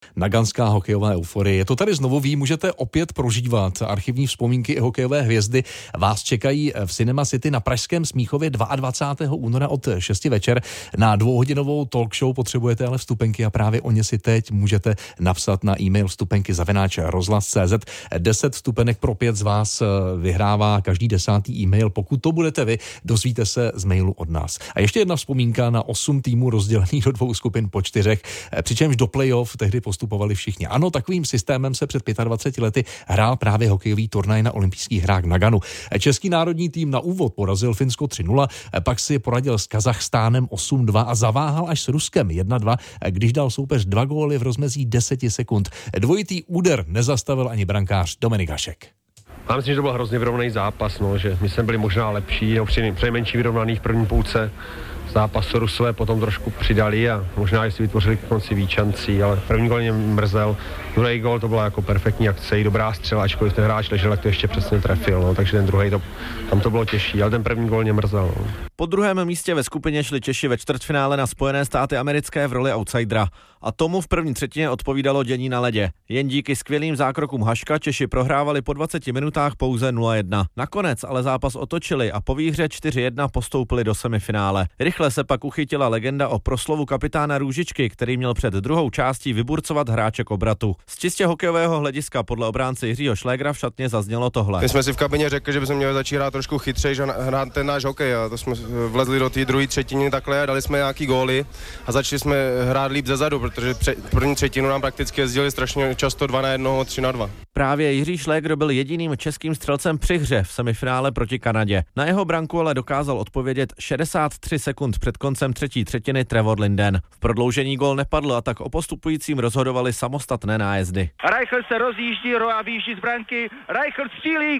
naganská hokejová euforie. Je to tady znovu, vy můžete opět prožívat archivní vzpomínky hokejové hvězdy. Vás čekají v Cinema City na Pražském Smíchově 22. února od 6 večer. Na 2hodinovou talk show potřebujete ale vstupenky a právě o ně si teď můžete napsat na e-mail vstupenky@rozhlas.cz. 10 vstupenek pro 5 z vás vyhrává každý 10. e-mail. Pokud to budete vy, dozvíte se z mailu od nás. A ještě jedna vzpomínka na 8 týmů rozdělených do 2 skupin po 4, přičemž do playoff tehdy postupovali všichni. Ano, takovým systémem se před 25 lety hrál právě hokejový turnaj na olympijských hrách v Naganu. Český národní tým na úvod porazil Finsko 3-0, pak si poradil s Kazachstánem 8-2 a zaváhal až s Ruskem 1-2, když dal soupeř 2 góly v rozmezí 10 sekund. Dvojitý úder nezastavil ani brankář Dominik Hašek. Já myslím, že to byl hrozně vyrovnaný zápas, že my jsme byli možná lepší, přejmenší vyrovnaný v první půlce zápasu. Rusové potom trošku přidali a možná si vytvořili k konci víc šancí, ale první gól mě mrzel. Druhý gól to byla jako perfektní akce, i dobrá střela, ačkoliv ten hráč ležel, jak to ještě přesně trefil, takže ten druhý tam to bylo těžší, ale ten první gól mě mrzel. Po druhém místě ve skupině šli Češi ve čtvrtfinále na Spojené státy americké v roli outsidera. A tomu v první třetině odpovídalo dění na ledě. Jen díky skvělým zákrokům Haška Češi prohrávali po 20 minutách pouze 0-1. Nakonec ale zápas otočili a po výhře 4-1 postoupili do semifinále. Rychle se pak uchytila legenda o proslovu kapitána Růžičky, který měl před druhou částí vyburcovat hráče k obratu. Z čistě hokejového hlediska podle obránce Jiřího Šlégra v šatně zaznělo tohle. My jsme si v kabině řekli, že bychom měli začít hrát trošku chytřejš a hrát ten náš hokej. A to jsme vlezli do té druhé třetiny takhle a dali jsme nějaký góly a začali jsme hrát líp zezadu, protože první třetinu nám prakticky jezdili strašně často 2-1, 3-2. Právě Jiří Šlégr byl jediným českým střelcem při hře v semifinále proti Kanadě. Na jeho branku ale dokázal odpovědět 63 sekund před koncem třetí třetiny Trevor Linden. V prodloužení gól nepadl a tak o postupujícím rozhodovali samostatné nájezdy. Reichel se rozjíždí, Roa výjíždí z branky, Reichel střílí,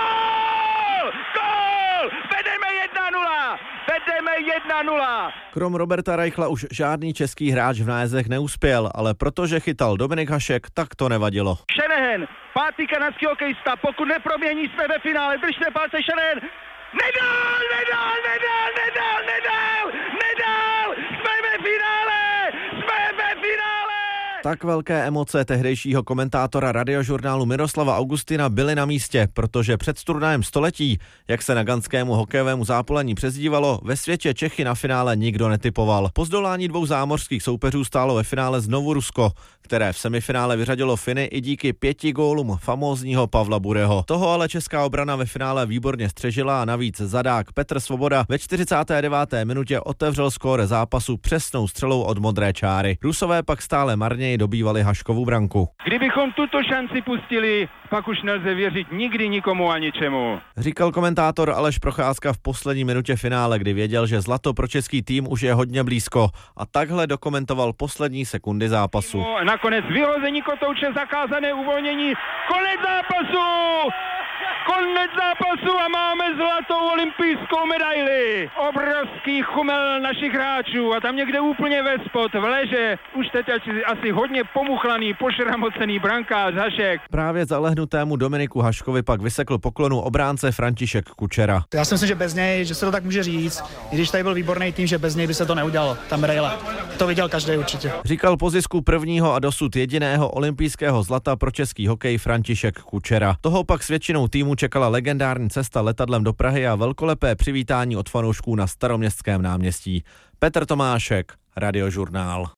gól! Gól! Vedeme 1-0! Vedeme 1-0! Krom Roberta Reichla už žádný český hráč v nájezdech neuspěl, ale protože chytal Dominik Hašek, tak to nevadilo. Shanahan, 5. kanadský hokejista, pokud nepromění, jsme ve finále, držte palce Shanahan! Nedal! Jsme ve finále! Tak velké emoce tehdejšího komentátora radiožurnálu Miroslava Augustina byly na místě, protože před turnajem století, jak se naganskému hokejovému zápolení přezdívalo, ve světě Čechy na finále nikdo netipoval. Po zdolání 2 zámořských soupeřů stálo ve finále znovu Rusko, které v semifinále vyřadilo Finy i díky 5 gólům famózního Pavla Bureho. Toho ale česká obrana ve finále výborně střežila a navíc zadák Petr Svoboda ve 49. minutě otevřel skóre zápasu přesnou střelou od modré čáry. Rusové pak stále marněji dobývali Haškovu branku. Kdybychom tuto šanci pustili, pak už nelze věřit nikdy nikomu a ničemu. Říkal komentátor Aleš Procházka v poslední minutě finále, kdy věděl, že zlato pro český tým už je hodně blízko a takhle dokumentoval poslední sekundy zápasu. Nakonec vyhození kotouče, zakázané uvolnění, konec zápasu a máme zlatou olympijskou medaili. Obrovský chumel našich hráčů a tam někde úplně vespod v leže už teď asi hodně pomuchlaný, pošramocený brankář Hašek. Právě zalehnutému Dominiku Haškovi pak vysekl poklonu obránce František Kučera. Já si myslím, že bez něj, že se to tak může říct, i když tady byl výborný tým, že bez něj by se to neudělalo, ta medaile. To viděl každý určitě. Říkal po zisku prvního a dosud jediného olympijského zlata pro český hokej František Kučera. Toho pak s většinou týmu čekala legendární cesta letadlem do Prahy a velkolepé přivítání od fanoušků na Staroměstském náměstí. Petr Tomášek, Radiožurnál.